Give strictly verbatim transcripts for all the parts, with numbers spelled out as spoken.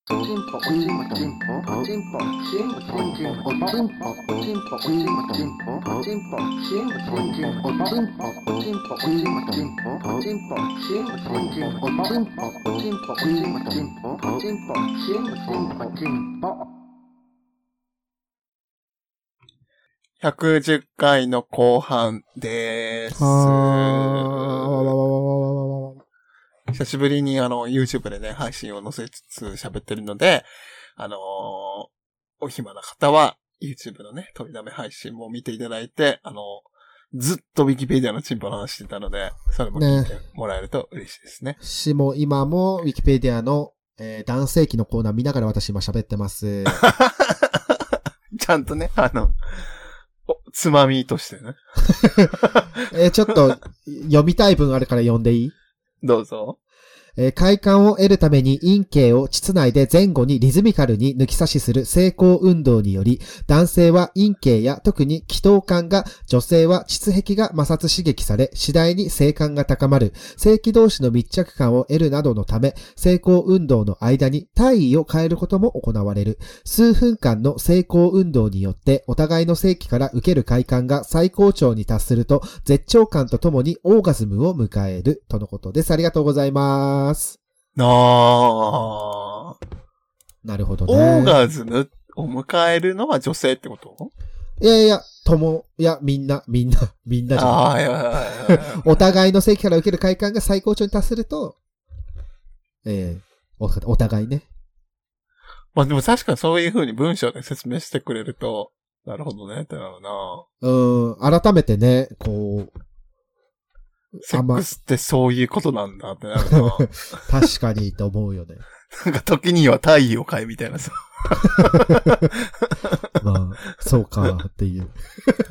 ひゃくじゅっかいの後半でーす。久しぶりにあの YouTube でね配信を載せつつ喋ってるので、あのー、お暇な方は YouTube のね取りだめ配信も見ていただいて、あのー、ずっと Wikipedia のチンポの話してたので、それも聞いてもらえると嬉しいですね。ねしも今も Wikipedia の、えー、男性器のコーナー見ながら私今喋ってます。 ちゃんとね、あの、つまみとしてね。 えー、ちょっと読みたい文あるから読んでいい？ どうぞ。 えー、快感を得るために陰茎を膣内で前後にリズミカルに抜き差しする性交運動により、男性は陰茎や特に気筒感が、女性は膣壁が摩擦刺激され、次第に性感が高まる、性器同士の密着感を得るなどのため、性交運動の間に体位を変えることも行われる。数分間の性交運動によって、お互いの性器から受ける快感が最高潮に達すると、絶頂感とともにオーガズムを迎える、とのことです。ありがとうございます。 あー。 なるほどね。 オーガズムを迎えるのは女性ってこと？ いやいや、とも、いや、みんな、みんな、みんなじゃん。 ああ、いやいやいやいやお互いの性器から受ける快感が最高潮に達すると、ええー、お、お互いね。 まあでも確かにそういう風に文章で説明してくれると、なるほどねってなるな。 うん、改めてね、こう、 セックスってそういうことなんだってなるな。 確かにと思うよね。 なんか時には体位を変えみたいなさ。 まあ、そうかっていう。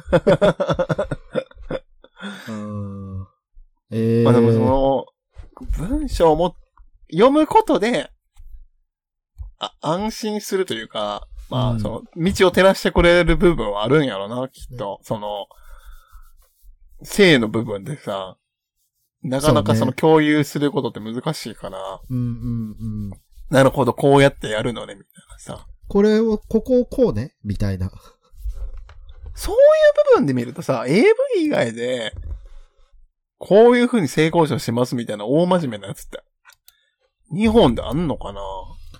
うんえー、 まあでもその、文章も読むことで、あ、安心するというか、まあその、道を照らしてくれる部分はあるんやろな、きっと。その、性の部分でさ、なかなかその共有することって難しいから、 うんうんうん。 なるほど、こうやってやるのね、みたいなさ。 これを、ここをこうねみたいな。 そういう部分で見るとさ、エーブイ 以外で、こういう風に性交渉しますみたいな大真面目なやつって、日本であんのかな？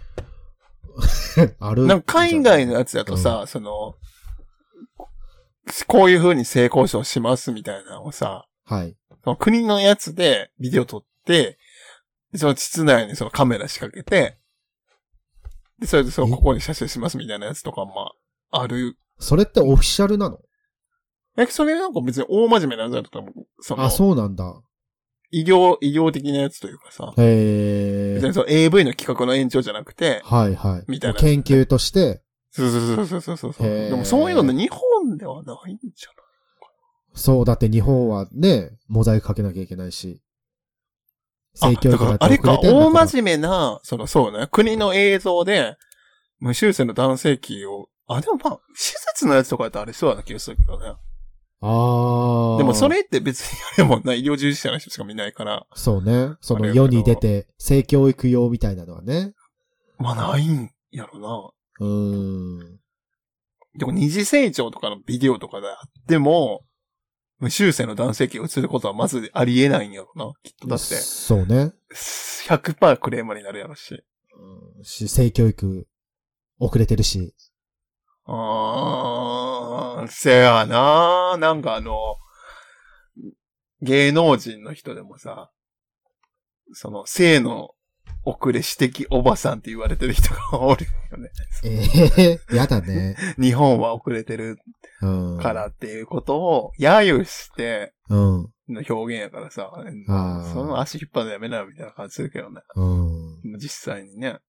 ある。 なんか海外のやつだとさ、うん、その、こういう風に性交渉しますみたいなのをさ、 はい。 その国のやつでビデオ撮って、その膣内にそのカメラ仕掛けて、で、それでそのここに写真しますみたいなやつとかもある。 それってオフィシャルなの？ え、それなんか別に大真面目なやつだと思う。その。 あ、そうなんだ。 医療、医療的なやつというかさ。 へー。 別にその エーブイ の企画の延長じゃなくて。 はいはい。 みたいな。 研究として。 そうそうそうそうそうそう。でもそういうのね、日本ではないんじゃない？ そう、だって日本はね、モザイクかけなきゃいけないし。 性教育だって遅れてんだから。あれか、大真面目な、その、そうね、国の映像で、無修正の男性器を、あ、でもまあ、施設のやつとかやったらあれそうな気がするけどね。 ああ。 でもそれって別にあれもんな、医療従事者の人しか見ないから。 そうね。その世に出て、性教育用みたいなのはね。 まあないんやろな。うーん。 でも二次成長とかのビデオとかであっても、無修正の男性器が映ることはまずありえないんやろな、きっと。だって。 そうね。 ひゃくパーセント クレーマーになるやろし。 うん、し、性教育、遅れてるし。 あー、せやな。なんかあの、芸能人の人でもさ、その、性の遅れ指摘おばさんって言われてる人がおるよね。 ええー、やだね。 日本は遅れてるからっていうことを揶揄しての表現やからさ、うん、その足引っ張るのやめなよみたいな感じするけどね。 うん、 実際にね。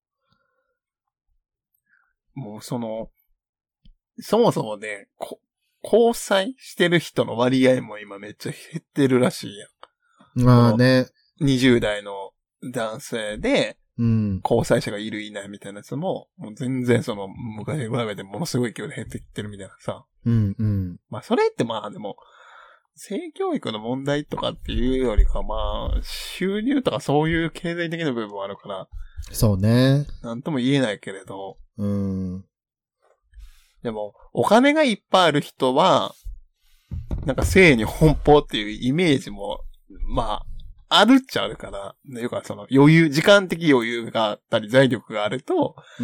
もうその、そもそもね、交際してる人の割合も今めっちゃ減ってるらしいやん。 まあね。 にじゅう代の男性で、 うん、 交際者がいるいないみたいなやつも、もう全然その昔に比べてものすごい勢いで減ってきてるみたいなさ。 うんうん。 まあそれってまあでも、 性教育の問題とかっていうよりか、まあ、収入とかそういう経済的な部分もあるから、 そうね。 なんとも言えないけれど、 うん。 でも、お金がいっぱいある人は、なんか性に奔放っていうイメージも、まあ、あるっちゃあるから、ね、いうかその余裕、時間的余裕があったり財力があると、 うん、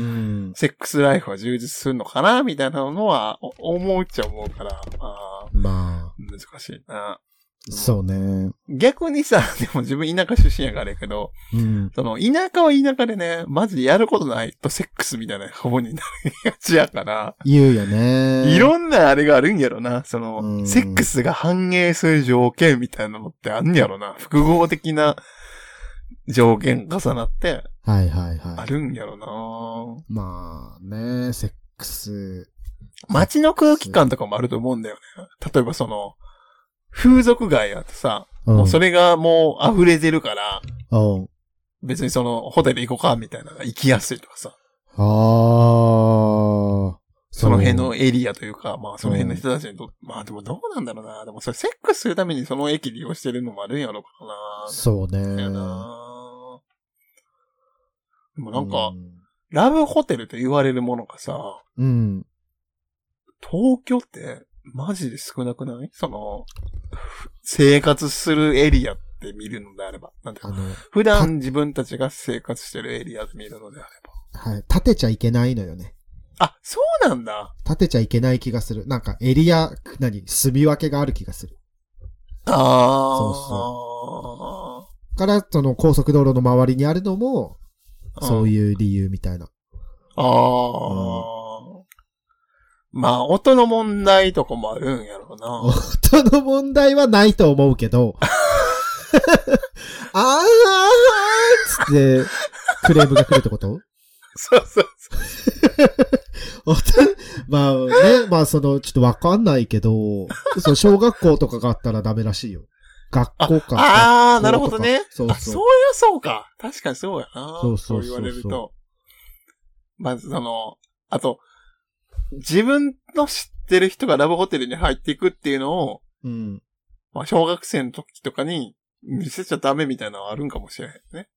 セックスライフは充実するのかなみたいなのは思うっちゃ思うから、まあ、 まあ、 難しいな。 そうね。 逆にさ、でも自分田舎出身やからやけど、 うん、 その田舎は田舎でね、マジでやることないとセックスみたいな方になりがちやから、 言うよね。 いろんなあれがあるんやろな。その、 うん、 セックスが反映する条件みたいなのってあんやろな。複合的な条件重なって、 はいはいはい。 あるんやろな。 まあね、セックス。 街の空気感とかもあると思うんだよね。例えばその、風俗街やとさ、うん、もうそれがもう溢れてるから、 うん、 別にその、ホテル行こうかみたいなのが行きやすいとかさ。 ああ。 その辺のエリアというか、まあその辺の人たちにと、うん、まあでもどうなんだろうな。でもそれセックスするためにその駅利用してるのもあるんやろうかな。 そうね。 やな。でもなんか、うん、ラブホテルと言われるものがさ、 うん、 東京ってマジで少なくない？その、生活するエリアって見るのであれば。なんていうか、普段自分たちが生活してるエリアで見るのであれば。はい。立てちゃいけないのよね。 あ、そうなんだ。 立てちゃいけない気がする。なんかエリア、何、住み分けがある気がする。 ああ。 そうそう。から、その高速道路の周りにあるのも、そういう理由みたいな。 ああ。うん、まあ、音の問題とかもあるんやろうな。 音の問題はないと思うけど、あーあーつって、クレームが来るってことそうそうそう。まあね、まあその、ちょっとわかんないけど、そう、小学校とかがあったらダメらしいよ。学校か。 ああ、なるほどね。 そうそう。 あ、そういうそうか。確かにそうやな。 そうそうそう。 そう言われると。まずその、あと、自分の知ってる人がラブホテルに入っていくっていうのを、 うん。 まあ、小学生の時とかに見せちゃダメみたいなのはあるんかもしれへんね。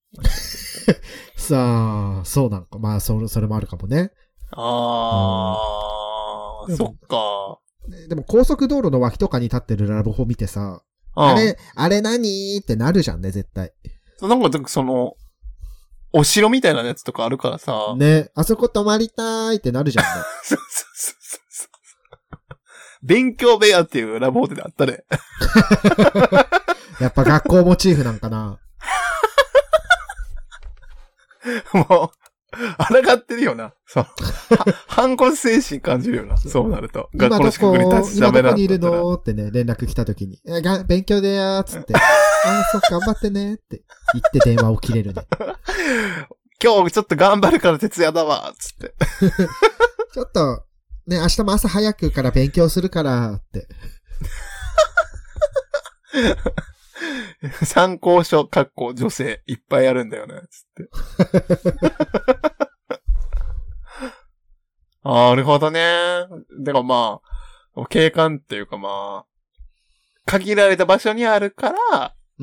さあ、そうなんか。まあ、それ、それもあるかもね。 ああ、うん、そっか。 でも高速道路の脇とかに立ってるラブホ見てさ、うん、あれ、あれ何ってなるじゃんね、絶対。 なんか、その、お城みたいなやつとかあるからさ。 ね、あそこ泊まりたいってなるじゃんね。 そうそうそうそう。勉強部屋っていうラブホテルあったね。 やっぱ学校モチーフなんかな。 もう、抗ってるよな。そう。反骨精神感じるよな。そうなると。 学校の近くに立ちダメな。今どこにいるのってね、連絡来た時に。え、が、勉強でやーつって。ああ、そう、頑張ってねって言って電話を切れるね。 今日ちょっと頑張るから徹夜だわつって。 ちょっと、ね、明日も朝早くから勉強するからって。 参考書、かっこ女性いっぱいあるんだよね、つって。あ、なるほどね。でもまあ、景観っていうかまあ、限られた場所にあるから、 うん。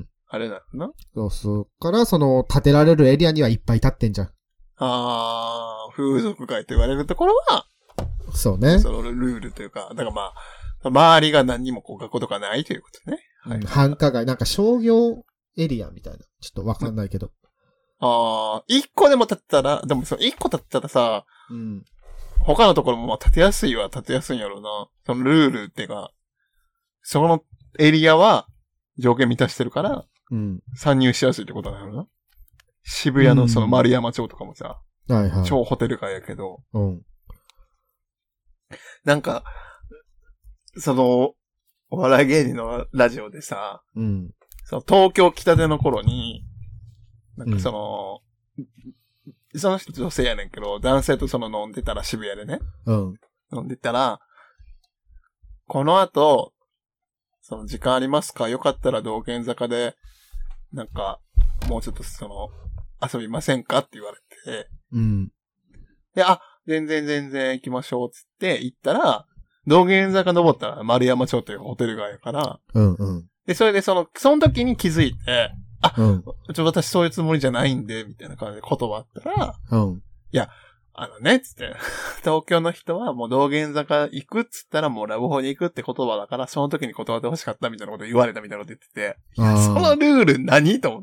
あれなの？ そうそう。から、その、建てられるエリアにはいっぱい建ってんじゃん。 ああ、風俗街と言われるところは、 そうね。 そのルールというか、だからまあ、周りが何にもこう学校とかないということね。 はい、繁華街、なんか商業エリアみたいな。ちょっとわかんないけど。 ああ、一個でも建ったら、でもその一個建ったらさ、 うん。 他のところもまあ建てやすいは建てやすいんやろうな。そのルールっていうか、そのエリアは条件満たしてるから、 うん。 参入しやすいってことなのな。渋谷のその丸山町とかもさ、 うん、はいはい。 超ホテル街やけど、 うん。 なんか、その、お笑い芸人のラジオでさ、 うん。 その東京来たての頃に、なんかその、うん、その人女性やねんけど、男性とその飲んでたら渋谷でね。 うん。 飲んでたら、この後、その時間ありますか？よかったら道玄坂で、なんか、もうちょっとその、遊びませんかって言われて。 うん。 で、あ、全然全然行きましょうつって行ったら、 道玄坂登ったら丸山町というホテル街やから、 うんうん。 で、それでその、その時に気づいて、あ、 うん、 ちょ、私そういうつもりじゃないんで、みたいな感じで断ったら、 うん。 いや、あのね、つって、東京の人はもう道玄坂行くっつったらもうラブホに行くって言葉だから、その時に断って欲しかったみたいなこと言われたみたいなこと言ってて、いやそのルール何と思って。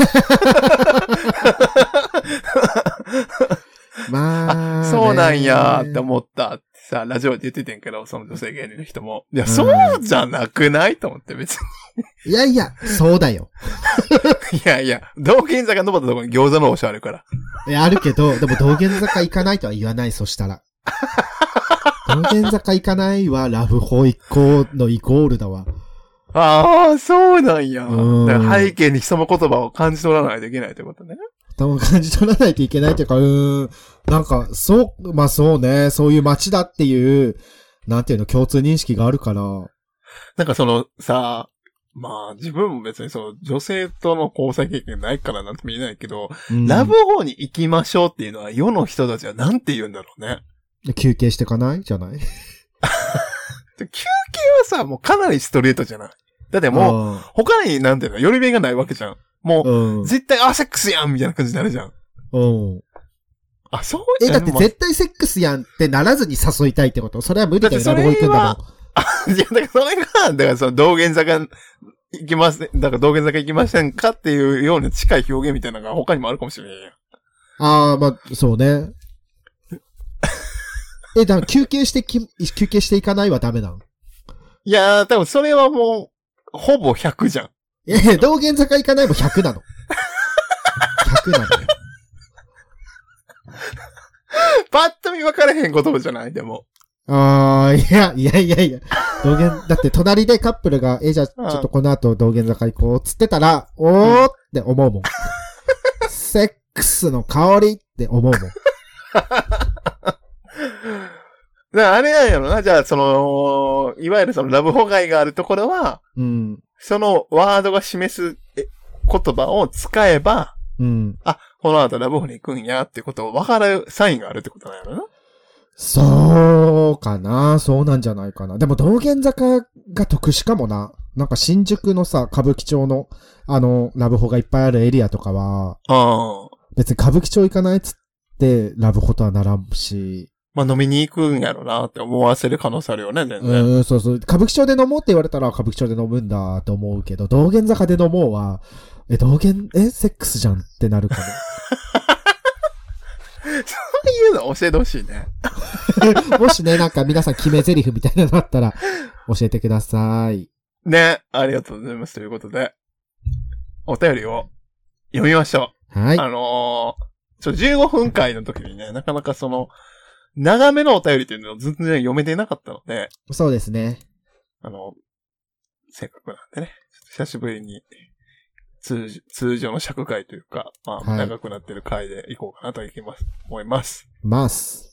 まあ、 そうなんやって思ったってさ、ラジオで言っててんけど、その女性芸人の人も。いや、そうじゃなくないと思って別に。 いやいや、そうだよ。 いやいや、道玄坂登ったところに餃子の王将あるから。 いや、あるけど、でも道玄坂行かないとは言わない、そしたら。道玄坂行かないはラブホ行こうのイコールだわ。 ああ、そうなんや。だから背景に潜む言葉を感じ取らないといけないってことね。 感じ取らないといけないというか、うーん。なんか、そう、まあそうね、そういう街だっていう、なんていうの、共通認識があるから。 なんかその、さ、まあ自分も別にその女性との交際経験ないからなんて見えないけど、うん、ラブホに行きましょうっていうのは世の人たちはなんて言うんだろうね。 休憩してかないじゃない休憩はさ、もうかなりストレートじゃない。だってもう、他になんていうの、寄り目がないわけじゃん。もう、うん、絶対、あ、セックスやんみたいな感じになるじゃん。 うん。 あ、そうえ、だって絶対セックスやんってならずに誘いたいってこと？それは無理だよ、ラブホ行くんだもん。 あ、いや、だからそれが、だからその道玄坂行きません、だから道玄坂行きませんかっていうような近い表現みたいなのが他にもあるかもしれないやん。 ああ、まあ、そうね。え、だから休憩してき、休憩していかないはダメなの？ いやー、多分それはもう、ほぼひゃくじゃん。 ええ、道玄坂行かないもひゃくなの。ひゃくなのよ。 パッと見分からへん言葉じゃないでも。 ああ、いや、いやいやいや。道玄、だって隣でカップルが、え、じゃあちょっとこの後道玄坂行こうっつってたら、おーって思うもん。セックスの香りって思うもん。 あれなんやろな。じゃあ、その、いわゆるそのラブホ街があるところは、 うん、 そのワードが示す言葉を使えば、 うん、 あ、この後ラブホに行くんやってことを分かるサインがあるってことなんやろな。 そうかな。そうなんじゃないかな。でも道玄坂が特殊かもな。なんか新宿のさ、歌舞伎町のあのラブホがいっぱいあるエリアとかは、 あ別に歌舞伎町行かないっつってラブホとはならんし。 まあ飲みに行くんやろなって思わせる可能性あるよね、全然。 うん、そうそう。歌舞伎町で飲もうって言われたら歌舞伎町で飲むんだと思うけど、道玄坂で飲もうは、え、道玄、え、セックスじゃんってなるかも。 そういうの教えてほしいね。 もしね、なんか皆さん決め台詞みたいなのあったら教えてください。 ね、ありがとうございます。ということで、お便りを読みましょう。はい。 あのー、ちょ、じゅうごふん回の時にね、なかなかその、長めのお便りっていうのをずっとね、読めてなかったので。 そうですね。 あの、せっかくなんでね、久しぶりに通、通常の尺回というか、まあ、はい、長くなってる回でいこうかなといきます、思います。 ます。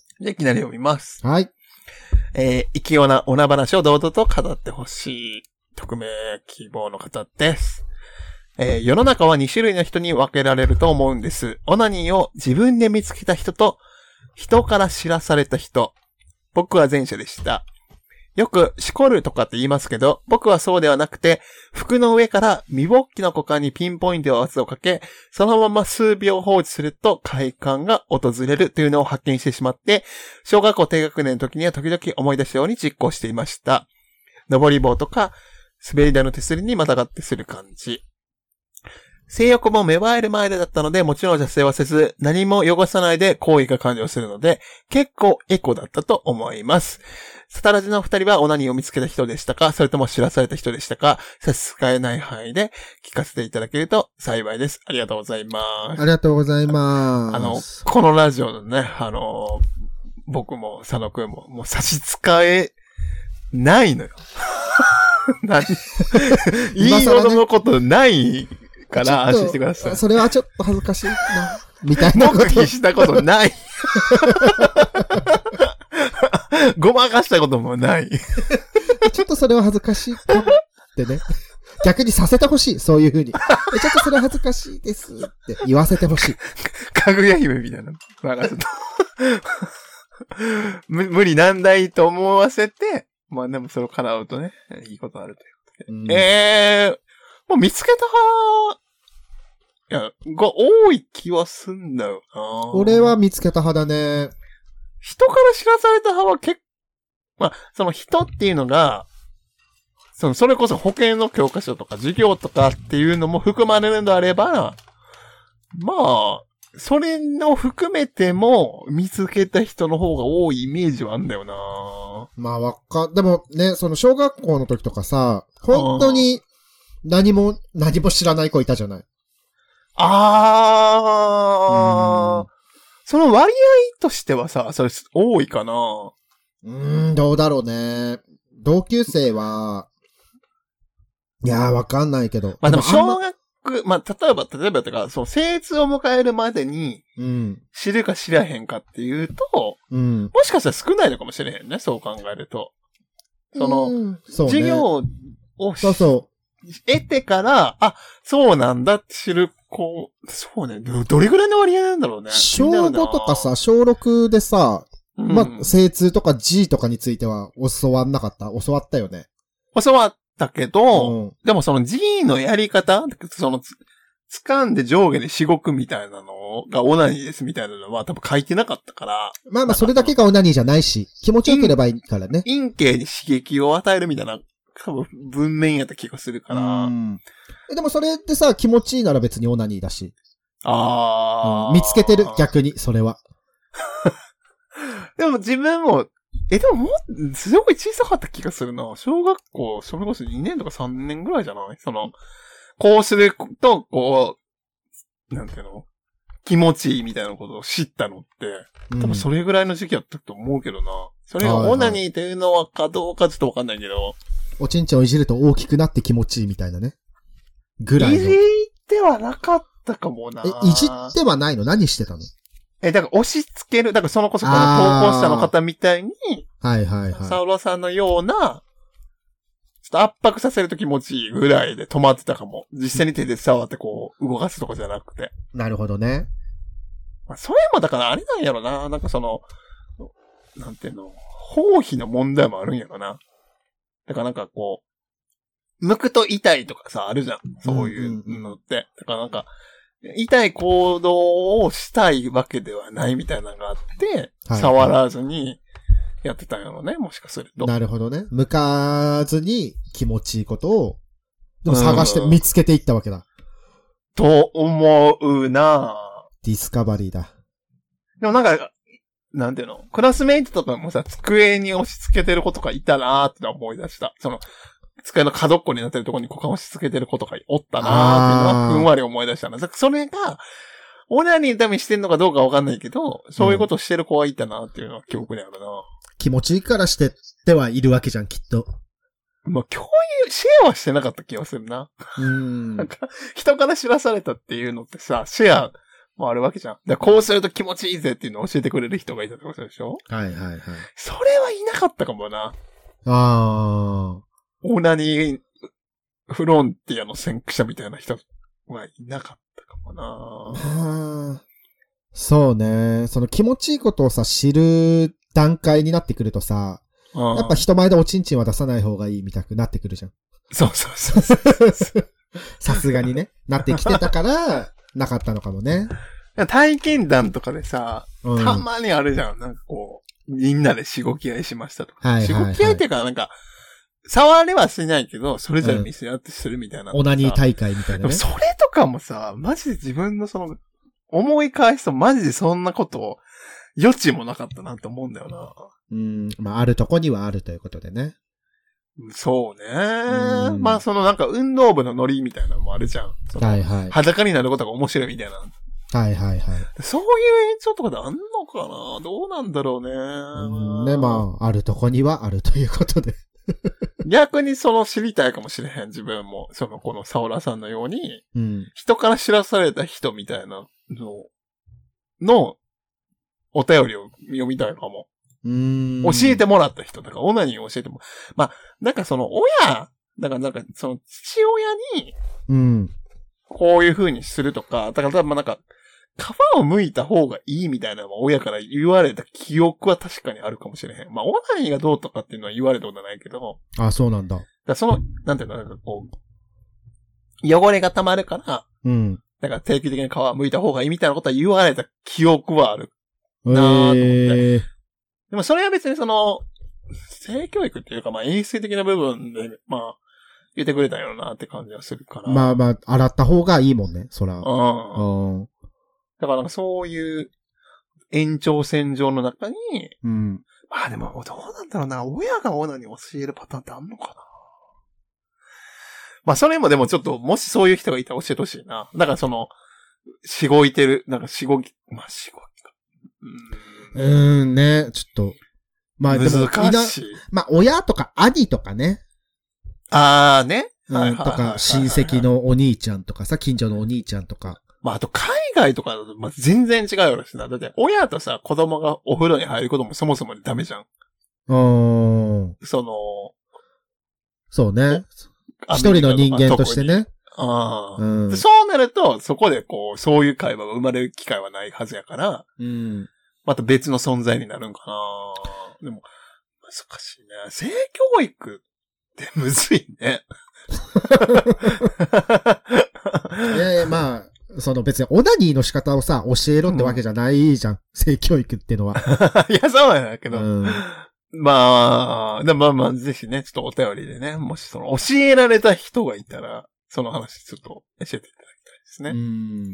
で、いきなり読みます。 はい。 えー、生きようなおな話を堂々と語ってほしい。匿名希望の方です。えー、世の中はに種類の人に分けられると思うんです。オナニーを自分で見つけた人と、人から知らされた人。僕は前者でした。よくしこるとかって言いますけど、僕はそうではなくて、服の上から未勃起の股間にピンポイントで圧をかけ、そのまま数秒放置すると快感が訪れるというのを発見してしまって、小学校低学年の時には時々思い出したように実行していました。登り棒とか、滑り台の手すりにまたがってする感じ。性欲も芽生える前だったので、もちろん女性はせず、何も汚さないで行為が完了するので、結構エコだったと思います。サタラジの二人はオナニーを見つけた人でしたか、それとも知らされた人でしたか、差し支えない範囲で聞かせていただけると幸いです。ありがとうございます。 ありがとうございます。 あの、このラジオのね、あの、僕も佐野くんも、もう差し支えないのよ。何言いよどのことないから安心してください。 それはちょっと恥ずかしいな。みたいなこと。 僕したことない。ごまかしたこともない。 ちょっとそれは恥ずかしいかもってね。逆にさせてほしい。そういう風に。ちょっとそれは恥ずかしいですって言わせてほしい。 かぐや姫みたいな。任せた。 無理難題と思わせて、まあでもそれを叶うとね、いいことあるということで。うん、えー、もう見つけた派、いや、が多い気はすんだよな。 俺は見つけた派だね。 人から知らされた派は結構、まあ、その人っていうのが、その、それこそ保険の教科書とか授業とかっていうのも含まれるのであれば、まあ、それの含めても見つけた人の方が多いイメージはあるんだよな。 まあ、わかん、でもね、その小学校の時とかさ、本当に何も、何も知らない子いたじゃない。 あー。その割合としてはさ、それ多いかな。 うーん、どうだろうね。同級生は、いやー、わかんないけど。 まあでも小学、まあ例えば、例えばとか、そう、生通を迎えるまでに、知るか知らへんかっていうと、うん、もしかしたら少ないのかもしれへんね、そう考えると。その、そうね、授業をそうそう得てから、あ、そうなんだって知る子、そうね、ど、どれぐらいの割合なんだろうね。 小ごとかさ、小ろくでさ、うん、まあ、精通とか G とかについては教わんなかった？教わったよね。 教わったけど、うん、でもその G のやり方、そのつ、掴んで上下でしごくみたいなのがオナニーですみたいなのは多分書いてなかったから。 まあまあそれだけがオナニーじゃないし、気持ちよければいいからね。 陰茎に刺激を与えるみたいな、多分文面やった気がするから。うん、 でもそれってさ、気持ちいいなら別にオナニーだし。 ああ、 うん。見つけてる、逆に、それは。 でも自分も、え、でももう、すごい小さかった気がするな。小学校、それこそにねんとかさんねんぐらいじゃない？その、こうすると、こう、なんていうの？気持ちいいみたいなことを知ったのって、多分それぐらいの時期だったと思うけどな。それがオナニーというのはかどうかちょっとわかんないけど。 おちんちんをいじると大きくなって気持ちいいみたいなね。ぐらいの。 いじってはなかったかもな。 え、いじってはないの？何してたの？ え、だから押し付ける。だからそのこそこの投稿者の方みたいに、 はいはいはい。 サウロさんのような、ちょっと圧迫させると気持ちいいぐらいで止まってたかも。実際に手で触ってこう、動かすとかじゃなくて。 なるほどね。 まあ、それもだからあれなんやろな。なんかその、なんていうの、包皮の問題もあるんやろな。だからなんかこう、剥くと痛いとかさ、あるじゃん。そういうのって。うんうんうん、だからなんか、痛い行動をしたいわけではないみたいなのがあって、はい、触らずにやってたんやろね、もしかすると。 なるほどね。向かずに気持ちいいことを、でも探して見つけていったわけだ。 と思うなぁ。 ディスカバリーだ。 でもなんか、なんていうの？クラスメイトとかもさ、机に押し付けてる子とかいたなーって思い出した。その、机の角っこになってるところに股間を押し付けてる子とかおったなーっていうのは、ふんわり思い出したな。それが、オナニーのためにしてんのかどうかわかんないけど、そういうことをしてる子はいたなっていうのは記憶にあるな、うん。 気持ちいいからしてってはいるわけじゃん、きっと。 まあ、共有、シェアはしてなかった気がするな。 うん。 なんか、人から知らされたっていうのってさ、シェアもあるわけじゃん。だからこうすると気持ちいいぜっていうのを教えてくれる人がいたってことでしょ？ はいはいはい。 それはいなかったかもな。 ああ。 オナニーフロンティアの先駆者みたいな人はいなかったかもな。 そうね。その気持ちいいことをさ、知る段階になってくるとさ、やっぱ人前でおちんちんは出さない方がいいみたくなってくるじゃん。 そうそうそうそう。 さすがにね。なってきてたから、なかったのかもね。 体験談とかでさ、うん、たまにあるじゃん。なんかこう、みんなでしごき合いしましたとか。はいはいはい、しごき合いっていうか、なんか、触れはしないけど、それぞれ見せ合ってするみたいな、うん。 オナニー大会みたいなね。 それとかもさ、マジで自分のその、思い返すとマジでそんなことを余地もなかったなと思うんだよな。 うん。まあ、あるとこにはあるということでね。 そうね。まあ、そのなんか運動部のノリみたいなのもあるじゃん。 はいはい。 裸になることが面白いみたいな。 はいはいはい。 そういう演奏とかであんのかな？どうなんだろうね。 うんね、まあ、あるとこにはあるということで。 逆にその知りたいかもしれへん、自分も。そのこのサオラさんのように、 うん、 人から知らされた人みたいなの、の、お便りを読みたいかも。 うーん教えてもらった人。だからオナニーを教えても、まあ、なんかその親、だからなんかその父親に、 うん。 こういう風にするとか、だから多分なんか、 皮を剥いた方がいいみたいなのは親から言われた記憶は確かにあるかもしれへん。まあ、オナニーがどうとかっていうのは言われたことはないけど。 あ、そうなんだ。だからその、なんていうの、なんかこう、汚れが溜まるから、 うん。 だから定期的に皮剥いた方がいいみたいなことは言われた記憶はある。 なぁと思って。えー、 でもそれは別にその、性教育っていうか、まあ、衛生的な部分で、まあ、言ってくれたよなって感じはするから。 まあまあ、洗った方がいいもんね、そら。 うん。だからそういう延長線上の中に、 うん。 まあでも、どうなんだろうな。親がオナに教えるパターンってあんのかな。まあそれもでもちょっと、もしそういう人がいたら教えてほしいな。だからその、しごいてる、なんかしごき、まあしごきか。 うーん、うーんね、ちょっと。まあでも、 難しい。 まあ親とか兄とかね。 あーね。 うん、とか、親戚のお兄ちゃんとかさ、近所のお兄ちゃんとか。 まあ、あと海外とかだと、まあ、全然違うよしな。だって、親とさ、子供がお風呂に入ることもそもそもダメじゃん。 うん。 その、 そうね。一人の人間としてね。 ああ、うん。そうなると、そこでこう、そういう会話が生まれる機会はないはずやから、 うん。 また別の存在になるんかな。でも、難しいね。性教育ってむずいね。 いやいや、まあ、その別にオナニーの仕方をさ、教えろってわけじゃないじゃん。うん、性教育っていうのは。 いや、そうなんだけど。うん、まあ、でまあまあ、ぜひね、ちょっとお便りでね、もしその教えられた人がいたら、その話ちょっと教えていただきたいですね。 うん。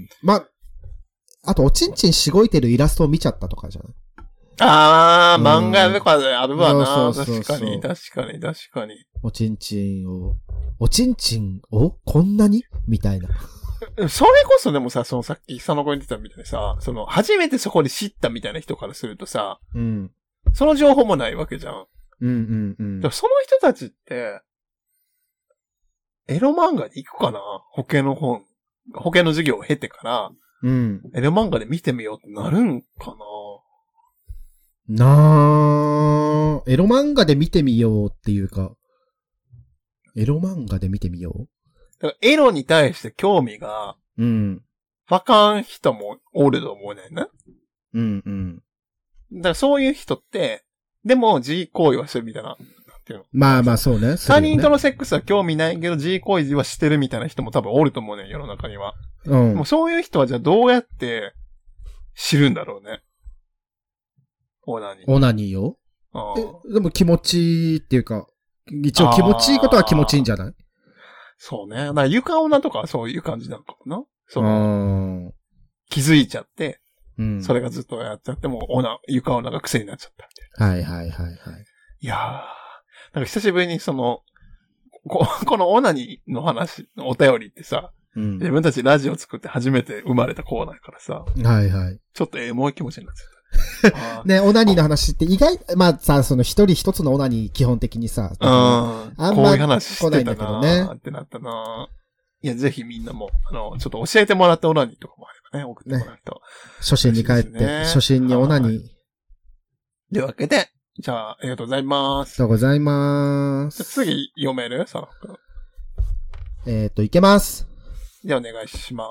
まあ、あと、おちんちんしごいてるイラストを見ちゃったとかじゃない？ ああ、漫画とかであるわな。 そうそうそう確かに、確かに、確かに。 おちんちんを、おちんちんをこんなにみたいな。 それこそでもさ、そのさっき佐野子に言ってたみたいにさ、その、初めてそこで知ったみたいな人からするとさ、 うん。 その情報もないわけじゃん。 うんうんうん。 でもその人たちって、エロ漫画に行くかな？保険の本、保険の授業を経てから、 うん。 エロ漫画で見てみようってなるんかななー、エロ漫画で見てみようっていうか、エロ漫画で見てみよう？ だからエロに対して興味が、 うん。 わかん人もおると思うねんな。 うんうん。 だからそういう人って、でも G 行為はするみたいな。なんていうの？ まあまあそうね。 他人とのセックスは興味ないけど G 行為はしてるみたいな人も多分おると思うねん、世の中には。 うん。 もうそういう人はじゃあどうやって知るんだろうね。オナニー。 オナニーを？え、でも気持ちいいっていうか、一応気持ちいいことは気持ちいいんじゃない？ そうね。だから床女とかはそういう感じなのかもな。その気づいちゃって、うん、それがずっとやっちゃっても、オナ、床女が癖になっちゃったみたいな。はいはいはいはい。 いやー、なんか久しぶりにその、こ, このオナニーの話、のお便りってさ、うん、自分たちラジオ作って初めて生まれたコーナーからさ、 はいはい。 ちょっとエモい気持ちになっちゃった。 ね、オナニーの話って意外、まあさ、その一人一つのオナニー基本的にさ、 うん、あんまこういう話してたなねってなったな。いや、ぜひみんなも、あの、ちょっと教えてもらったオナニーとかもあればね、送ってもらうと。ね、 初心に帰って、ね、初心にオナニー。 というわけで、じゃあ、ありがとうございます。 ありがとうございます。 次読める？さあ。えっと、いけます。 じゃあお願いします。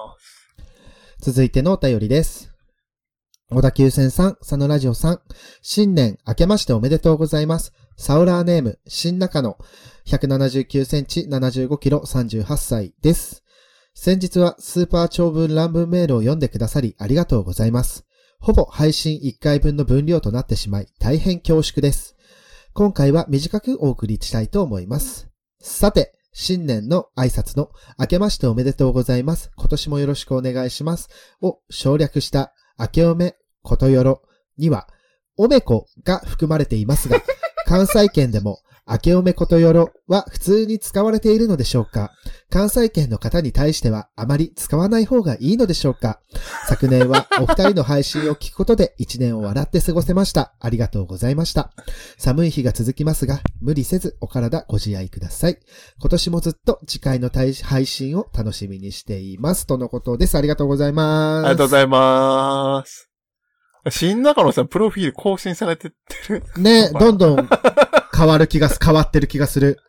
続いてのお便りです。小田急線さん、佐野ラジオさん、新年明けましておめでとうございます。サウラーネーム、新中野、ひゃくななじゅうきゅうセンチ、ななじゅうごキロ、さんじゅうはっさいです。先日はスーパー長文乱文メールを読んでくださりありがとうございます。ほぼ配信いっかいぶんの分量となってしまい、大変恐縮です。今回は短くお送りしたいと思います。さて、新年の挨拶の明けましておめでとうございます。今年もよろしくお願いします。を省略した明けおめことよろには、おめこが含まれていますが、関西圏でも明けおめことよろは普通に使われているのでしょうか？関西圏の方に対してはあまり使わない方がいいのでしょうか？昨年はお二人の配信を聞くことで一年を笑って過ごせました。ありがとうございました。寒い日が続きますが、無理せずお体ご自愛ください。今年もずっと次回の配信を楽しみにしています。とのことです。ありがとうございます。 ありがとうございます。新中野さん、プロフィール更新されてってる。 ね、どんどん変わる気がす、変わってる気がする。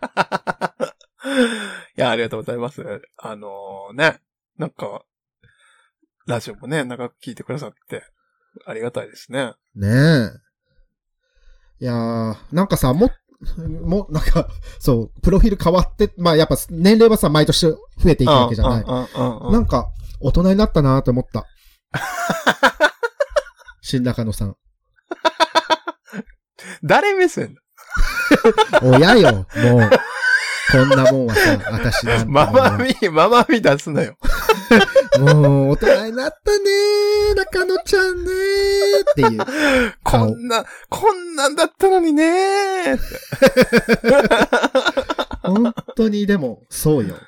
いや、ありがとうございます。あのー、ね、なんか、 ラジオもね、長く聞いてくださって、ありがたいですね。 ねえ。いやー、なんかさ、も、も、なんか、そう、プロフィール変わって、まあやっぱ年齢はさ、毎年増えていくわけじゃない。なんか、大人になったなーって思った。新中野さん。 誰目線親よ、もう。こんなもんはさ、私なんて。 ママミ、ママミ出すなよ。 もう、大人になったねー、中野ちゃんねーっていう。 こんな、こんなんだったのにねーって。 本当にでも、そうよ。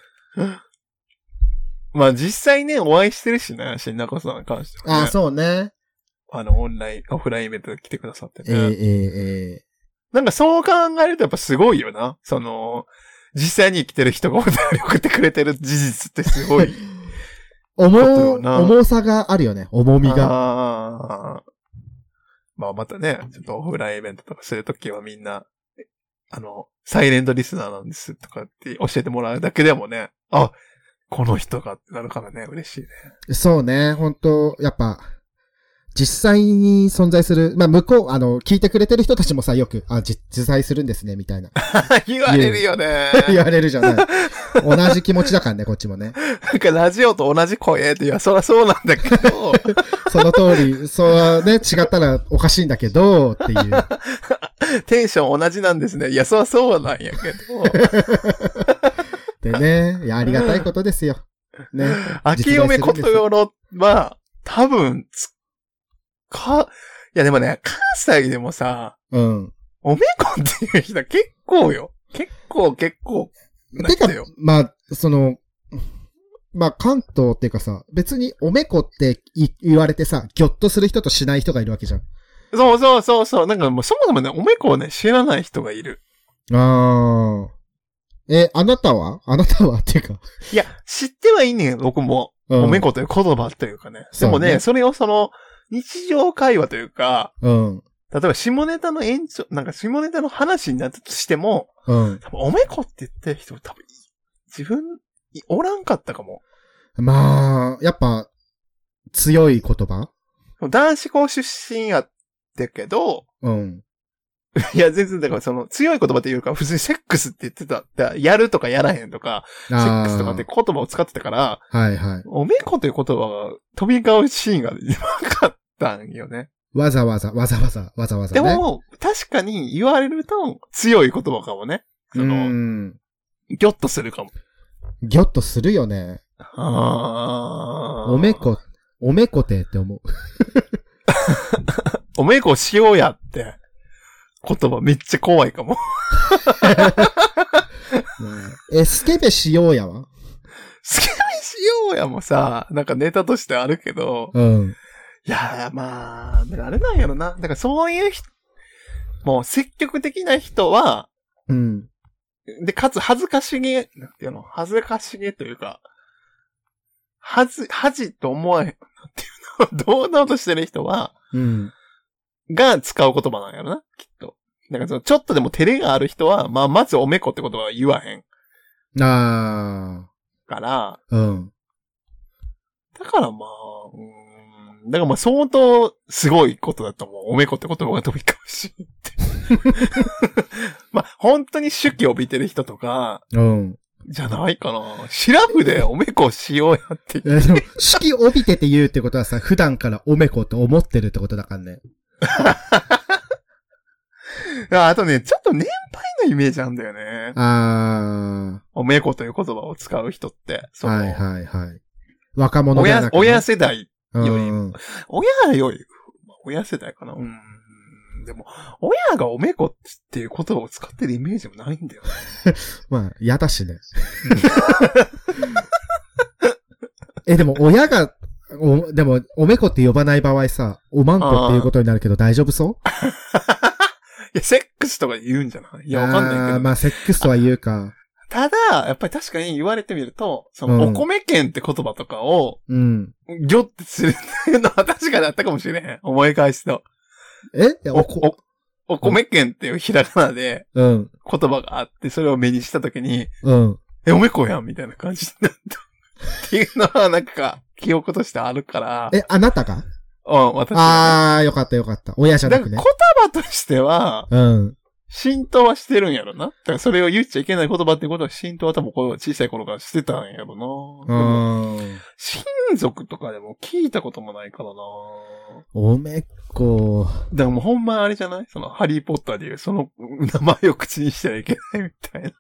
まあ実際ね、お会いしてるしね、新中さんに関しては、ね。 ああ、そうね。 あの、オンライン、オフラインイベントで来てくださってね。 ええええええ。 なんかそう考えるとやっぱすごいよな。その、実際に生きてる人がお便り送ってくれてる事実ってすごい。 重、重さがあるよね。重みが。 あまあまたね、ちょっとオフラインイベントとかするときはみんな、あの、サイレントリスナーなんですとかって教えてもらうだけでもね、あ、この人がってなるからね、嬉しいね。 そうね、本当やっぱ、実際に存在する、まあ、向こう、あの、聞いてくれてる人たちもさ、よく、あ、実在するんですね、みたいな。 言われるよね。 言われるじゃない。同じ気持ちだからね、こっちもね。 なんかラジオと同じ声って、いや、そらそうなんだけど。 その通り、そうね、違ったらおかしいんだけど、っていう。 テンション同じなんですね。いや、そらそうなんやけど。 でね、いや、ありがたいことですよ。ね。 秋嫁ことよろは、多分、つか、いやでもね、関西でもさ、 うん。 おめこっていう人結構よ。結構結構。 てか、まあ、その、まあ関東っていうかさ、別におめこって言われてさ、ギョッとする人としない人がいるわけじゃん。 そうそうそうそう。なんかもうそもそもね、おめこをね、知らない人がいる。 ああ。え、あなたはあなたはっていうか。 いや、知ってはいいねん、僕も。うん、おめこという言葉というかね。でもね、ねそれをその、日常会話というか、 うん。 例えば下ネタの延長、なんか下ネタの話になったとしても、 うん。 多分おめこって言ってる人多分、自分、おらんかったかも。 まあ、やっぱ、強い言葉男子校出身やったけど、 うん。 いや、全然、だからその、強い言葉っていうか、普通にセックスって言ってた。やるとかやらへんとか、セックスとかって言葉を使ってたから、 はいはい。 おめこという言葉が飛び交うシーンがなかったんよね。 わざわざ、わざわざ、わざわざ、 ね。でも、確かに言われると強い言葉かもね。その、 うん。 ギョッとするかも。 ギョッとするよね。 あおめこ、おめこてって思う。 おめこしようやって。言葉めっちゃ怖いかも。 え、スケベしようやはスケベしようやもさ、なんかネタとしてあるけど。 うん。 いやー、まあ、だからあれなんやろな。だからそういう人、もう積極的な人は、 うん。 で、かつ恥ずかしげ、なんていうの、恥ずかしげというか、恥ず、恥と思わへん、っていうのを堂々としてる人は、 うん。 が使う言葉なんやろな、きっと。なんかその、ちょっとでも照れがある人は、まあ、まずおめこって言葉は言わへん。 あー。から、 うん。 だからまあ、うん、だからまあ相当すごいことだと思う。おめこって言葉が飛び交うしって。まあ、本当に手記を帯びてる人とか、 うん。 じゃないかな。シラフでおめこしようやって言って。 手記帯びてて言うってことはさ、普段からおめこと思ってるってことだからね。 あとね、ちょっと年配のイメージなんだよね。 ああ。 おめこという言葉を使う人って。そはいはいはい。若者ではなく、ね、 親、親世代より、 うん、 親より、親世代かな。うん。でも、親がおめこっていう言葉を使ってるイメージもないんだよね。 まあ、嫌だしね。え、でも親が、お、でも、おめこって呼ばない場合さ、おまんこっていうことになるけど大丈夫そういや、セックスとか言うんじゃないいや、わかんないけど、ね。 あまあ、セックスとは言うか。 ただ、やっぱり確かに言われてみると、その、お米券って言葉とかを、 うん。 ギョってするっていうのは確かにあったかもしれへん。思い返すと。 えお、お、お米券っていうひらがなで、 うん。 言葉があって、それを目にしたときに、 うん。 え、おめこやんみたいな感じになった。っていうのは、なんか、 記憶としてあるから。 え、あなたがうん、私が、ね。 あー、よかったよかった。親じゃなくね。 言葉としては、 うん。 浸透はしてるんやろな。だからそれを言っちゃいけない言葉ってことは浸透は多分こう小さい頃からしてたんやろな。 うん。 ん。 親族とかでも聞いたこともないからな。 おめっこ。 だからもうほんまあれじゃないそのハリーポッターでいうその名前を口にしてはいけないみたいな。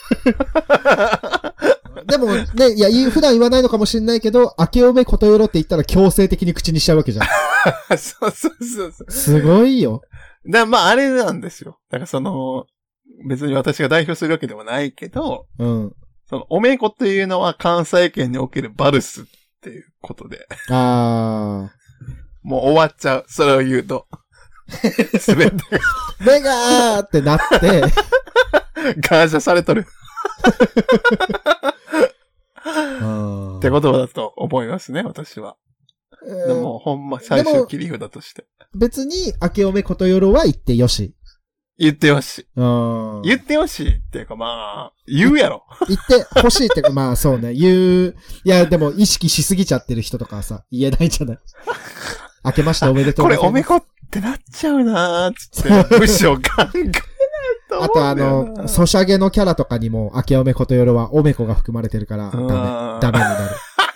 でもね、いや、普段言わないのかもしれないけど、明けおめことよろって言ったら強制的に口にしちゃうわけじゃん。 そうそうそうそう。 すごいよ。 だまああれなんですよ。だからその、別に私が代表するわけではないけど、 うん。 その、おめこっていうのは関西圏におけるバルスっていうことで。 ああ。 もう終わっちゃう。それを言うと。すべてが。 目がーってなって。 感謝されとる。 って言葉だと思いますね、私は。えー、でも、ほんま最終切り札として。 別に、明けおめことよろは言ってよし。 言ってよし。 言ってよしっていうかまあ、言うやろ。 言ってほしいっていうかまあそうね、言う。いやでも意識しすぎちゃってる人とかはさ、言えないじゃない。明けましておめでとうございます。 これおめこってなっちゃうなーつって、むしろ考えないと思う。 あとあの、ソシャゲのキャラとかにも明けおめことよろはおめこが含まれてるから、ダメ、ダメになる。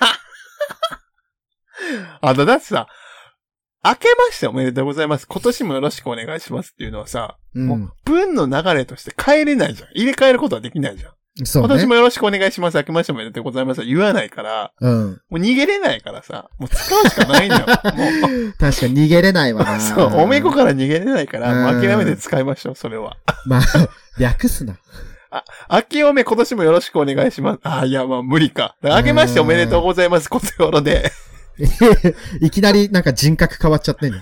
あとだってさ、明けましておめでとうございます。今年もよろしくお願いしますっていうのはさ、うん、もう文の流れとして変えれないじゃん。入れ替えることはできないじゃん。そうね。今年もよろしくお願いします。明けましておめでとうございますは言わないから、うん。もう逃げれないからさ、もう使うしかないんだよ。もう確かに逃げれないわな。 そう、おめこから逃げれないから、もう諦めて使いましょう、それは。 まあ、略すな。 あ、明けおめ今年もよろしくお願いします。あ、いや、まあ無理か。明けましておめでとうございます。ことよろで。 いきなりなんか人格変わっちゃってんね。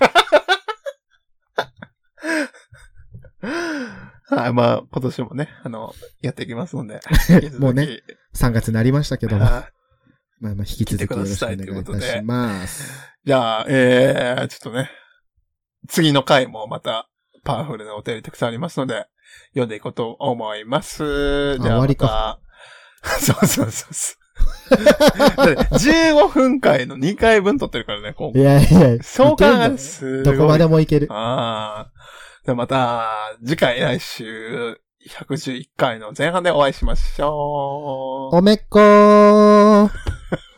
はい、まあ、今年もね、あの、やっていきますので。 もうね、さんがつになりましたけども。まあまあ、引き続きよろしくお願いいたします。 じゃあ、えー、ちょっとね、次の回もまた、パワフルなお便りたくさんありますので、読んでいこうと思います。じゃあ、終わりか。そうそうそうそう。じゅうごふん回のにかいぶん撮ってるからね、今回。 いやいや、 そう考えるすごい。どこまでもいける。 ああ。ではまた、次回来週、ひゃくじゅういっかいの前半でお会いしましょう。 おめっこー。